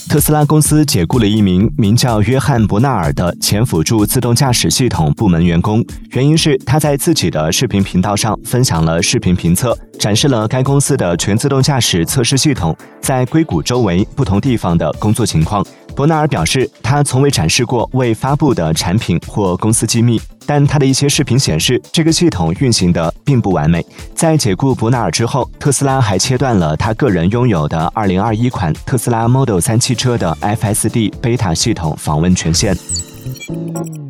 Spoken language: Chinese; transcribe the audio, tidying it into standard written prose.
特斯拉公司解雇了一名名叫约翰·伯纳尔的前辅助自动驾驶系统部门员工，原因是他在自己的视频频道上分享了视频评测，展示了该公司的全自动驾驶测试系统在硅谷周围不同地方的工作情况。伯纳尔表示，他从未展示过未发布的产品或公司机密，但他的一些视频显示，这个系统运行得并不完美。在解雇伯纳尔之后，特斯拉还切断了他个人拥有的2021款特斯拉 Model 3汽车的 FSD 贝塔系统访问权限。